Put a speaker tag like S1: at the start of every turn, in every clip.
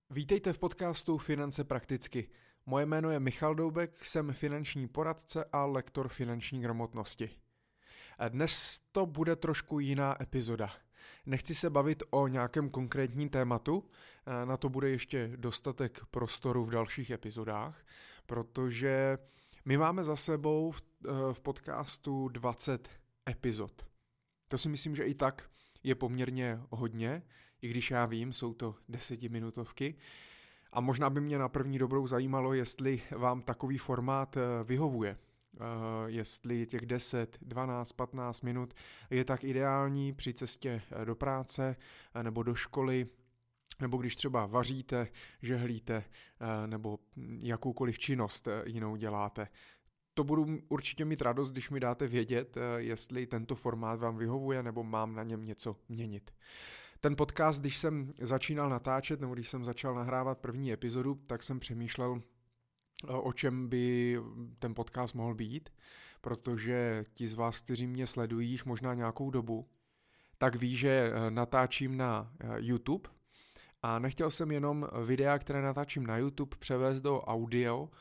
S1: Vítejte v podcastu Finance prakticky. Moje jméno je Michal Doubek, jsem finanční poradce a lektor finanční gramotnosti. Dnes to bude trošku jiná epizoda. Nechci se bavit o nějakém konkrétním tématu, na to bude ještě dostatek prostoru v dalších epizodách, protože my máme za sebou v podcastu 20 epizod. To si myslím, že i tak je poměrně hodně, i když já vím, jsou to 10minutovky. A možná by mě na první dobrou zajímalo, jestli vám takový formát vyhovuje. Jestli těch 10, 12, 15 minut je tak ideální při cestě do práce nebo do školy, nebo když třeba vaříte, žehlíte nebo jakoukoliv činnost jinou děláte. To budu určitě mít radost, když mi dáte vědět, jestli tento formát vám vyhovuje nebo mám na něm něco měnit. Ten podcast, když jsem začínal natáčet nebo když jsem začal nahrávat první epizodu, tak jsem přemýšlel, o čem by ten podcast mohl být, protože ti z vás, kteří mě sledují již možná nějakou dobu, tak ví, že natáčím na YouTube a nechtěl jsem jenom videa, které natáčím na YouTube, převést do audio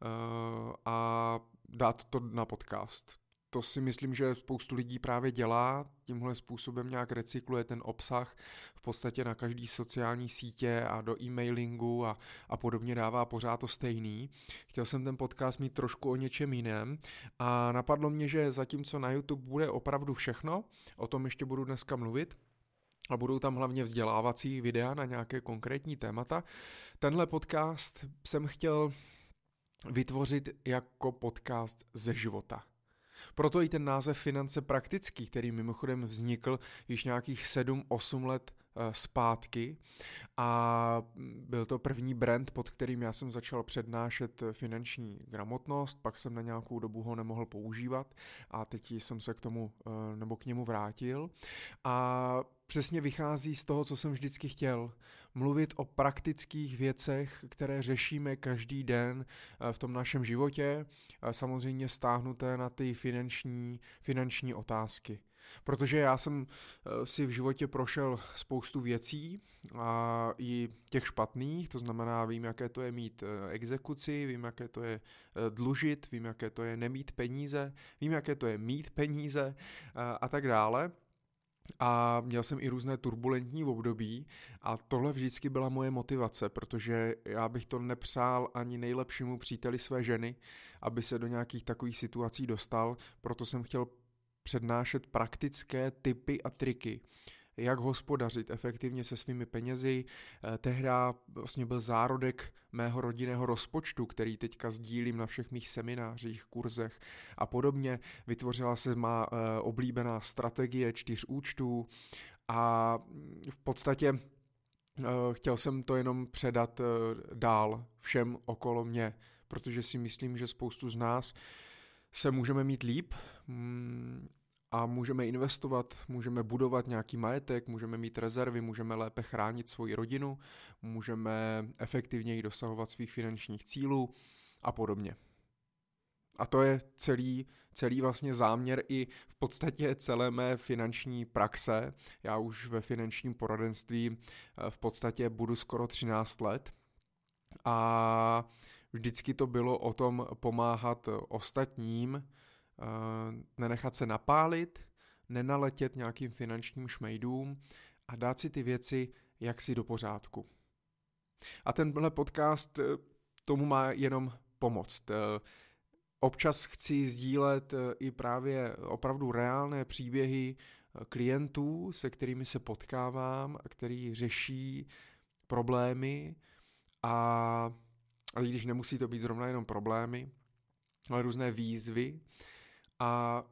S1: a dát to na podcast. To si myslím, že spoustu lidí právě dělá, tímhle způsobem nějak recykluje ten obsah v podstatě na každý sociální sítě a do e-mailingu a podobně dává pořád to stejný. Chtěl jsem ten podcast mít trošku o něčem jiném a napadlo mě, že zatímco na YouTube bude opravdu všechno, o tom ještě budu dneska mluvit, a budou tam hlavně vzdělávací videa na nějaké konkrétní témata, tenhle podcast jsem chtěl vytvořit jako podcast ze života. Proto i ten název Finance praktický, který mimochodem vznikl již nějakých 7-8 let zpátky a byl to první brand, pod kterým já jsem začal přednášet finanční gramotnost, pak jsem na nějakou dobu ho nemohl používat a teď jsem se k němu vrátil a přesně vychází z toho, co jsem vždycky chtěl. Mluvit o praktických věcech, které řešíme každý den v tom našem životě, samozřejmě stáhnuté na ty finanční otázky. Protože já jsem si v životě prošel spoustu věcí a i těch špatných, to znamená vím, jaké to je mít exekuci, vím, jaké to je dlužit, vím, jaké to je nemít peníze, vím, jaké to je mít peníze a tak dále. A měl jsem i různé turbulentní období a tohle vždycky byla moje motivace, protože já bych to nepřál ani nejlepšímu příteli své ženy, aby se do nějakých takových situací dostal, proto jsem chtěl přednášet praktické tipy a triky, jak hospodařit efektivně se svými penězi. Tehda vlastně byl zárodek mého rodinného rozpočtu, který teďka sdílím na všech mých seminářích, kurzech a podobně. Vytvořila se má oblíbená strategie 4 účtů a v podstatě chtěl jsem to jenom předat dál všem okolo mě, protože si myslím, že spoustu z nás se můžeme mít líp a můžeme investovat, můžeme budovat nějaký majetek, můžeme mít rezervy, můžeme lépe chránit svoji rodinu, můžeme efektivněji dosahovat svých finančních cílů a podobně. A to je celý vlastně záměr i v podstatě celé mé finanční praxe. Já už ve finančním poradenství v podstatě budu skoro 13 let a vždycky to bylo o tom pomáhat ostatním, nenechat se napálit, nenaletět nějakým finančním šmejdům a dát si ty věci jaksi do pořádku. A tenhle podcast tomu má jenom pomoct. Občas chci sdílet i právě opravdu reálné příběhy klientů, se kterými se potkávám a který řeší problémy ale když nemusí to být zrovna jenom problémy, ale různé výzvy. A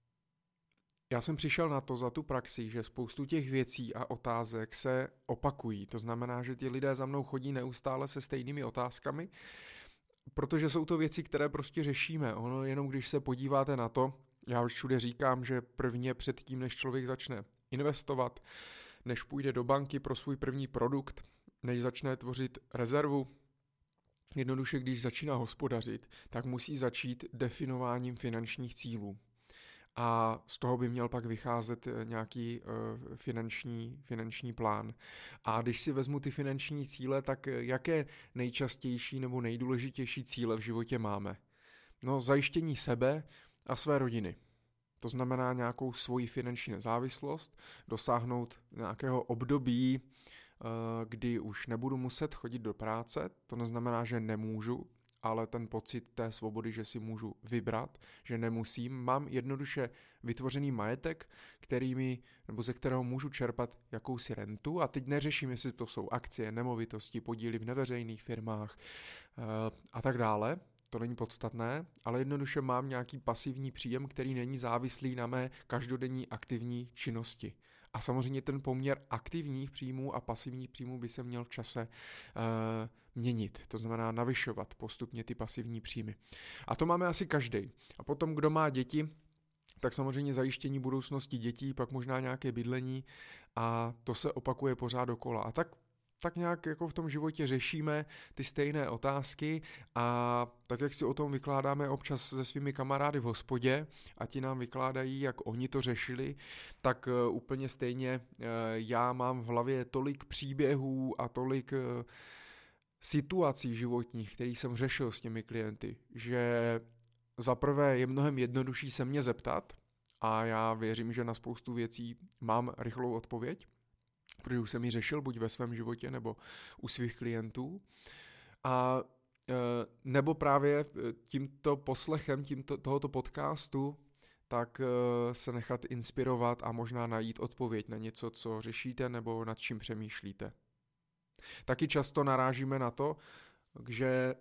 S1: já jsem přišel na to za tu praxi, že spoustu těch věcí a otázek se opakují. To znamená, že ti lidé za mnou chodí neustále se stejnými otázkami, protože jsou to věci, které prostě řešíme. Ono jenom když se podíváte na to, já už všude říkám, že prvně před tím, než člověk začne investovat, než půjde do banky pro svůj první produkt, než začne tvořit rezervu, jednoduše, když začíná hospodařit, tak musí začít definováním finančních cílů. a z toho by měl pak vycházet nějaký finanční plán. A když si vezmu ty finanční cíle, tak jaké nejčastější nebo nejdůležitější cíle v životě máme? No, zajištění sebe a své rodiny. To znamená nějakou svoji finanční nezávislost, dosáhnout nějakého období, kdy už nebudu muset chodit do práce, to neznamená, že nemůžu, ale ten pocit té svobody, že si můžu vybrat, že nemusím, mám jednoduše vytvořený majetek, ze kterého můžu čerpat jakousi rentu a teď neřeším, jestli to jsou akcie, nemovitosti, podíly v neveřejných firmách a tak dále. To není podstatné, ale jednoduše mám nějaký pasivní příjem, který není závislý na mé každodenní aktivní činnosti. A samozřejmě ten poměr aktivních příjmů a pasivních příjmů by se měl v čase měnit. To znamená navyšovat postupně ty pasivní příjmy. A to máme asi každý. A potom, kdo má děti, tak samozřejmě zajištění budoucnosti dětí, pak možná nějaké bydlení a to se opakuje pořád dokola. A tak nějak jako v tom životě řešíme ty stejné otázky a tak, jak si o tom vykládáme občas se svými kamarády v hospodě a ti nám vykládají, jak oni to řešili, tak úplně stejně já mám v hlavě tolik příběhů a tolik situací životních, které jsem řešil s těmi klienty, že za prvé je mnohem jednodušší se mě zeptat a já věřím, že na spoustu věcí mám rychlou odpověď, protože už jsem ji řešil buď ve svém životě nebo u svých klientů. A nebo právě tímto poslechem tohoto podcastu tak se nechat inspirovat a možná najít odpověď na něco, co řešíte nebo nad čím přemýšlíte. Taky často narážíme na to, že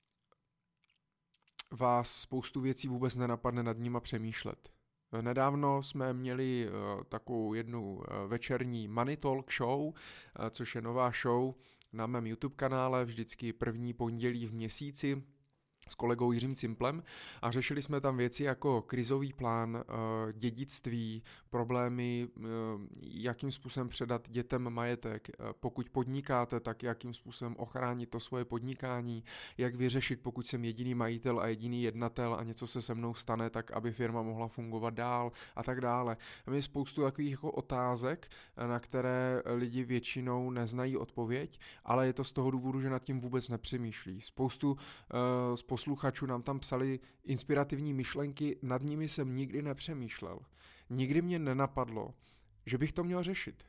S1: vás spoustu věcí vůbec nenapadne nad nima přemýšlet. Nedávno jsme měli takovou jednu večerní Money Talk show, což je nová show na mém YouTube kanále, vždycky první pondělí v měsíci s kolegou Jiřím Cimplem a řešili jsme tam věci jako krizový plán, dědictví, problémy, jakým způsobem předat dětem majetek, pokud podnikáte, tak jakým způsobem ochránit to svoje podnikání, jak vyřešit, pokud jsem jediný majitel a jediný jednatel a něco se mnou stane, tak aby firma mohla fungovat dál a tak dále. Tam je spoustu takových jako otázek, na které lidi většinou neznají odpověď, ale je to z toho důvodu, že nad tím vůbec nepřemýšlí. Spoustu posluchačů nám tam psali inspirativní myšlenky, nad nimi jsem nikdy nepřemýšlel. Nikdy mě nenapadlo, že bych to měl řešit.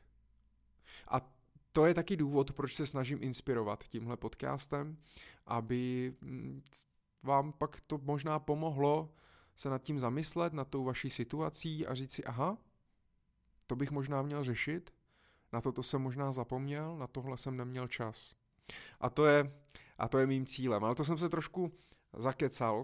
S1: A to je taky důvod, proč se snažím inspirovat tímhle podcastem, aby vám pak to možná pomohlo se nad tím zamyslet, nad tou vaší situací a říct si, aha, to bych možná měl řešit, na toto jsem možná zapomněl, na tohle jsem neměl čas. A to je mým cílem. Ale to jsem se trošku zakecal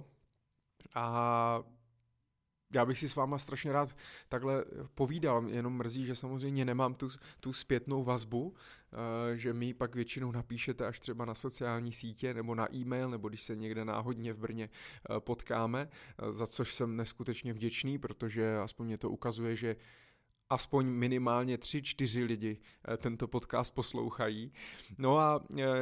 S1: a já bych si s váma strašně rád takhle povídal, jenom mrzí, že samozřejmě nemám tu zpětnou vazbu, že mi pak většinou napíšete až třeba na sociální sítě nebo na e-mail, nebo když se někde náhodně v Brně potkáme, za což jsem neskutečně vděčný, protože aspoň mě to ukazuje, že aspoň minimálně 3-4 lidi tento podcast poslouchají. No a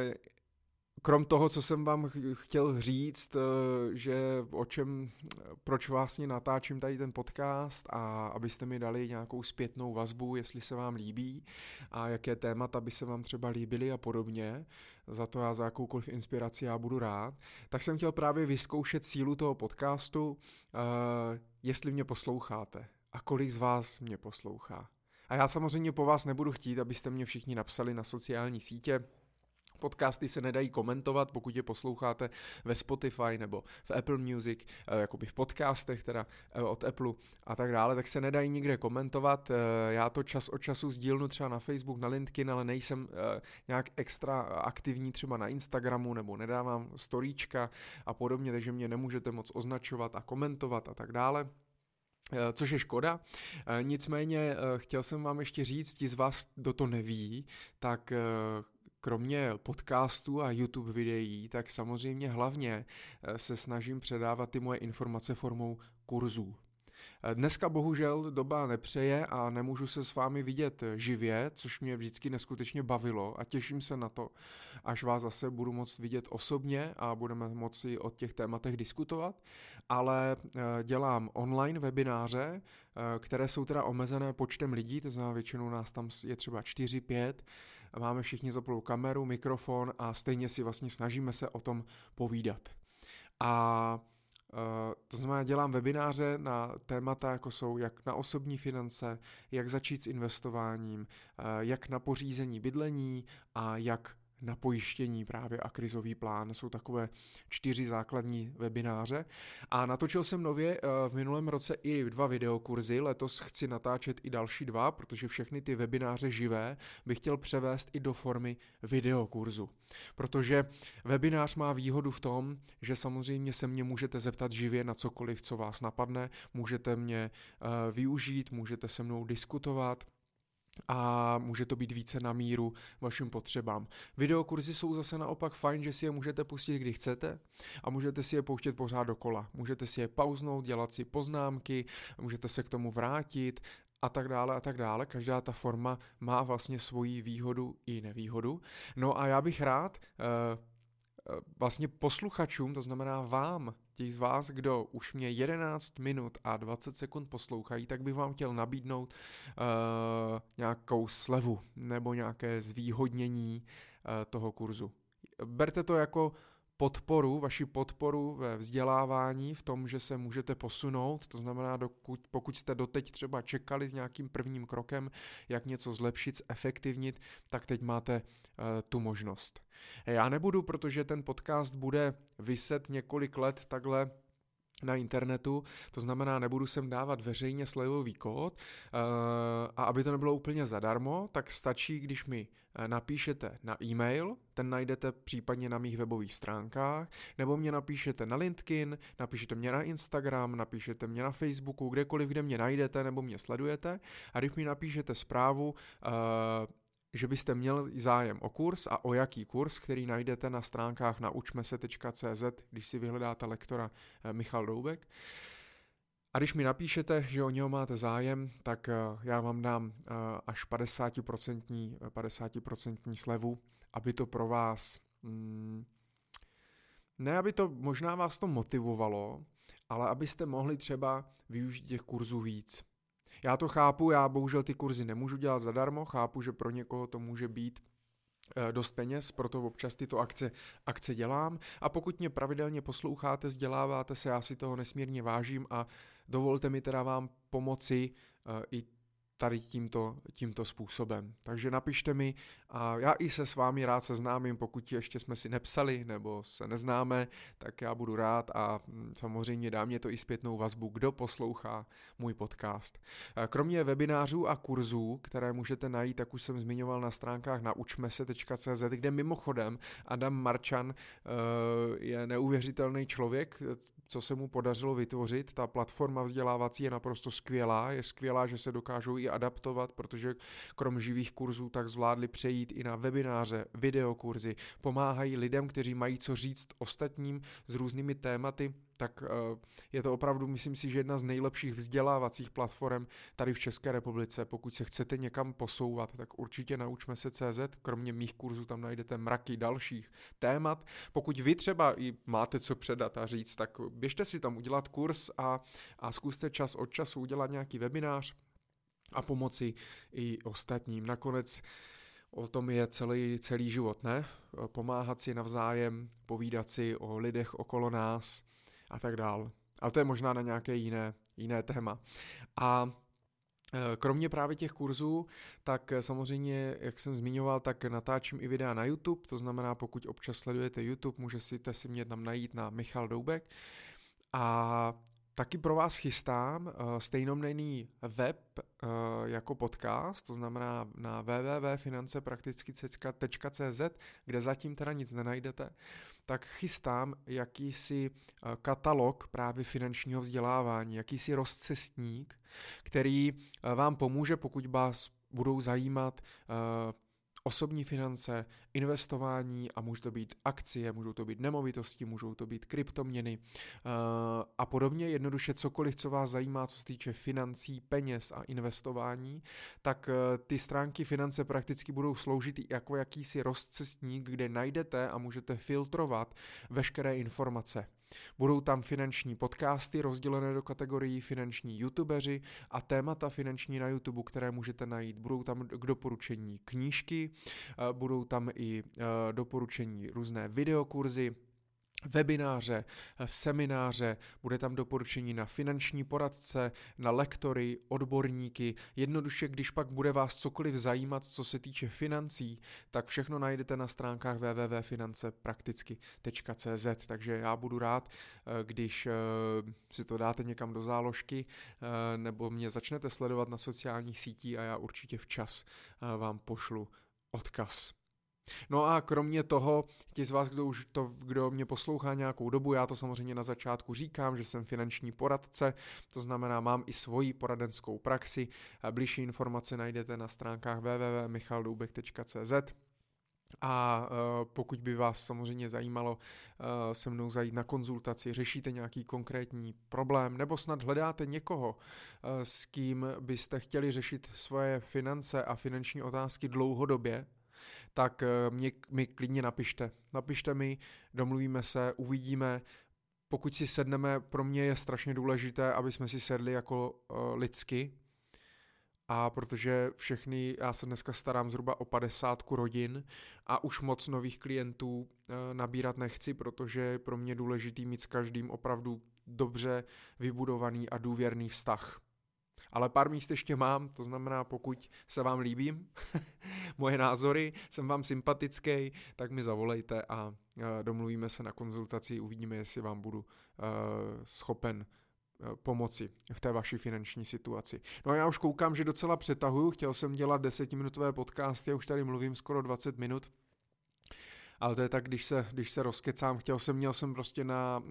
S1: krom toho, co jsem vám chtěl říct, že proč vlastně natáčím tady ten podcast a abyste mi dali nějakou zpětnou vazbu, jestli se vám líbí a jaké témata by se vám třeba líbily a podobně, za to já za jakoukoliv inspiraci já budu rád, tak jsem chtěl právě vyzkoušet sílu toho podcastu, jestli mě posloucháte a kolik z vás mě poslouchá. A já samozřejmě po vás nebudu chtít, abyste mě všichni napsali na sociální sítě. Podcasty se nedají komentovat, pokud je posloucháte ve Spotify nebo v Apple Music, jakoby v podcastech teda od Apple a tak dále, tak se nedají nikde komentovat. Já to čas od času sdílnu třeba na Facebook, na LinkedIn, ale nejsem nějak extra aktivní třeba na Instagramu nebo nedávám storíčka a podobně, takže mě nemůžete moc označovat a komentovat a tak dále. Což je škoda, nicméně chtěl jsem vám ještě říct, ti z vás, kdo to neví, tak kromě podcastů a YouTube videí, tak samozřejmě hlavně se snažím předávat ty moje informace formou kurzů. Dneska bohužel doba nepřeje a nemůžu se s vámi vidět živě, což mě vždycky neskutečně bavilo a těším se na to, až vás zase budu moct vidět osobně a budeme moci o těch tématech diskutovat, ale dělám online webináře, které jsou teda omezené počtem lidí, to znamená většinou nás tam je třeba 4-5, máme všichni zaplou kameru, mikrofon a stejně si vlastně snažíme se o tom povídat. A to znamená, dělám webináře na témata, jako jsou jak na osobní finance, jak začít s investováním, jak na pořízení bydlení a jak na pojištění právě a krizový plán. Jsou takové 4 základní webináře. A natočil jsem nově v minulém roce i 2 videokurzy, letos chci natáčet i další 2, protože všechny ty webináře živé bych chtěl převést i do formy videokurzu. Protože webinář má výhodu v tom, že samozřejmě se mě můžete zeptat živě na cokoliv, co vás napadne, můžete mě využít, můžete se mnou diskutovat, a může to být více na míru vašim potřebám. Videokurzy jsou zase naopak fajn, že si je můžete pustit, kdy chcete a můžete si je pouštět pořád dokola. Můžete si je pauznout, dělat si poznámky, můžete se k tomu vrátit a tak dále a tak dále. Každá ta forma má vlastně svoji výhodu i nevýhodu. No a já bych rád vlastně posluchačům, to znamená vám, těch z vás, kdo už mě 11 minut a 20 sekund poslouchají, tak bych vám chtěl nabídnout nějakou slevu nebo nějaké zvýhodnění toho kurzu. Berte to jako podporu, vaši podporu ve vzdělávání v tom, že se můžete posunout, to znamená, pokud jste doteď třeba čekali s nějakým prvním krokem, jak něco zlepšit, zefektivnit, tak teď máte tu možnost. Já nebudu, protože ten podcast bude viset několik let takhle na internetu, to znamená, nebudu sem dávat veřejně slevový kód a aby to nebylo úplně zadarmo, tak stačí, když mi napíšete na e-mail, ten najdete případně na mých webových stránkách, nebo mě napíšete na LinkedIn, napíšete mě na Instagram, napíšete mě na Facebooku, kdekoliv, kde mě najdete nebo mě sledujete a když mi napíšete zprávu, že byste měl zájem o kurz a o jaký kurz, který najdete na stránkách naučmese.cz, když si vyhledáte lektora Michal Doubek. A když mi napíšete, že o něho máte zájem, tak já vám dám až 50% slevu, aby to pro vás, ne aby to, možná vás to motivovalo, ale abyste mohli třeba využít těch kurzů víc. Já to chápu, já bohužel ty kurzy nemůžu dělat zadarmo, chápu, že pro někoho to může být dost peněz, proto občas tyto akce dělám a pokud mě pravidelně posloucháte, vzděláváte se, já si toho nesmírně vážím a dovolte mi teda vám pomoci i tady tímto způsobem. Takže napište mi a já i se s vámi rád seznámím, pokud ještě jsme si nepsali nebo se neznáme, tak já budu rád a samozřejmě dá mě to i zpětnou vazbu, kdo poslouchá můj podcast. Kromě webinářů a kurzů, které můžete najít, tak už jsem zmiňoval na stránkách naučmese.cz, kde mimochodem Adam Marčan je neuvěřitelný člověk, co se mu podařilo vytvořit. Ta platforma vzdělávací je naprosto skvělá. Je skvělá, že se dokážou i adaptovat, protože krom živých kurzů tak zvládli přejít i na webináře, videokurzy, pomáhají lidem, kteří mají co říct ostatním s různými tématy, tak je to opravdu, myslím si, že jedna z nejlepších vzdělávacích platform tady v České republice. Pokud se chcete někam posouvat, tak určitě naučme se CZ, kromě mých kurzů tam najdete mraky dalších témat. Pokud vy třeba i máte co předat a říct, tak běžte si tam udělat kurz a zkuste čas od času udělat nějaký webinář a pomoci i ostatním. Nakonec o tom je celý život, ne? Pomáhat si navzájem, povídat si o lidech okolo nás a tak dál. Ale to je možná na nějaké jiné téma. A kromě právě těch kurzů, tak samozřejmě, jak jsem zmiňoval, tak natáčím i videa na YouTube, to znamená, pokud občas sledujete YouTube, můžete si mě tam najít na Michal Doubek. A taky pro vás chystám stejnojmenný web jako podcast, to znamená na www.financeprakticky.cz, kde zatím teda nic nenajdete, tak chystám jakýsi katalog právě finančního vzdělávání, jakýsi rozcestník, který vám pomůže, pokud vás budou zajímat osobní finance, investování a může to být akcie, můžou to být nemovitosti, můžou to být kryptoměny a podobně. Jednoduše cokoliv, co vás zajímá, co se týče financí, peněz a investování, tak ty stránky Finance prakticky budou sloužit jako jakýsi rozcestník, kde najdete a můžete filtrovat veškeré informace. Budou tam finanční podcasty rozdělené do kategorií finanční youtubeři a témata finanční na YouTube, které můžete najít. Budou tam k doporučení knížky, budou tam i doporučení různé videokurzy, webináře, semináře, bude tam doporučení na finanční poradce, na lektory, odborníky. Jednoduše, když pak bude vás cokoliv zajímat, co se týče financí, tak všechno najdete na stránkách www.financeprakticky.cz. Takže já budu rád, když si to dáte někam do záložky nebo mě začnete sledovat na sociálních sítích a já určitě včas vám pošlu odkaz. No a kromě toho, ti z vás, kdo mě poslouchá nějakou dobu, já to samozřejmě na začátku říkám, že jsem finanční poradce, to znamená, mám i svoji poradenskou praxi. Bližší informace najdete na stránkách www.michaldoubek.cz. A pokud by vás samozřejmě zajímalo se mnou zajít na konzultaci, řešíte nějaký konkrétní problém, nebo snad hledáte někoho, s kým byste chtěli řešit svoje finance a finanční otázky dlouhodobě, tak mi klidně napište. Napište mi, domluvíme se, uvidíme. Pokud si sedneme, pro mě je strašně důležité, aby jsme si sedli jako lidsky, a protože já se dneska starám zhruba o 50 rodin a už moc nových klientů nabírat nechci, protože je pro mě důležitý mít s každým opravdu dobře vybudovaný a důvěrný vztah. Ale pár míst ještě mám, to znamená, pokud se vám líbím, moje názory, jsem vám sympatický, tak mi zavolejte a domluvíme se na konzultaci, uvidíme, jestli vám budu schopen pomoci v té vaší finanční situaci. No a já už koukám, že docela přetahuju, chtěl jsem dělat 10minutové podcasty, já už tady mluvím skoro 20 minut, ale to je tak, když se rozkecám, měl jsem prostě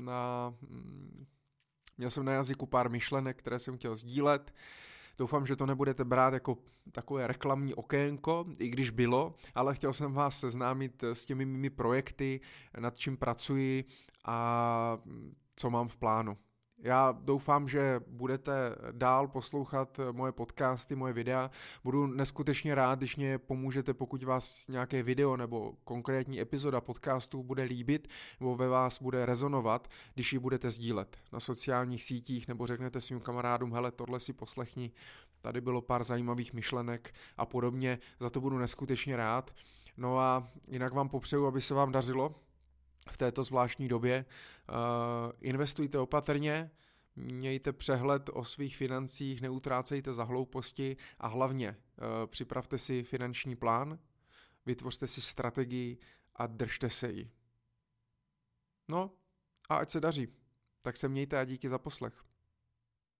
S1: měl jsem na jazyku pár myšlenek, které jsem chtěl sdílet. Doufám, že to nebudete brát jako takové reklamní okénko, i když bylo, ale chtěl jsem vás seznámit s těmi mými projekty, nad čím pracuji a co mám v plánu. Já doufám, že budete dál poslouchat moje podcasty, moje videa. Budu neskutečně rád, když mě pomůžete, pokud vás nějaké video nebo konkrétní epizoda podcastu bude líbit nebo ve vás bude rezonovat, když ji budete sdílet na sociálních sítích nebo řeknete svým kamarádům, hele, tohle si poslechni, tady bylo pár zajímavých myšlenek a podobně. Za to budu neskutečně rád. No a jinak vám popřeju, aby se vám dařilo v této zvláštní době. Investujte opatrně, mějte přehled o svých financích, neutrácejte za hlouposti a hlavně připravte si finanční plán, vytvořte si strategii a držte se jí. No a ať se daří. Tak se mějte a díky za poslech.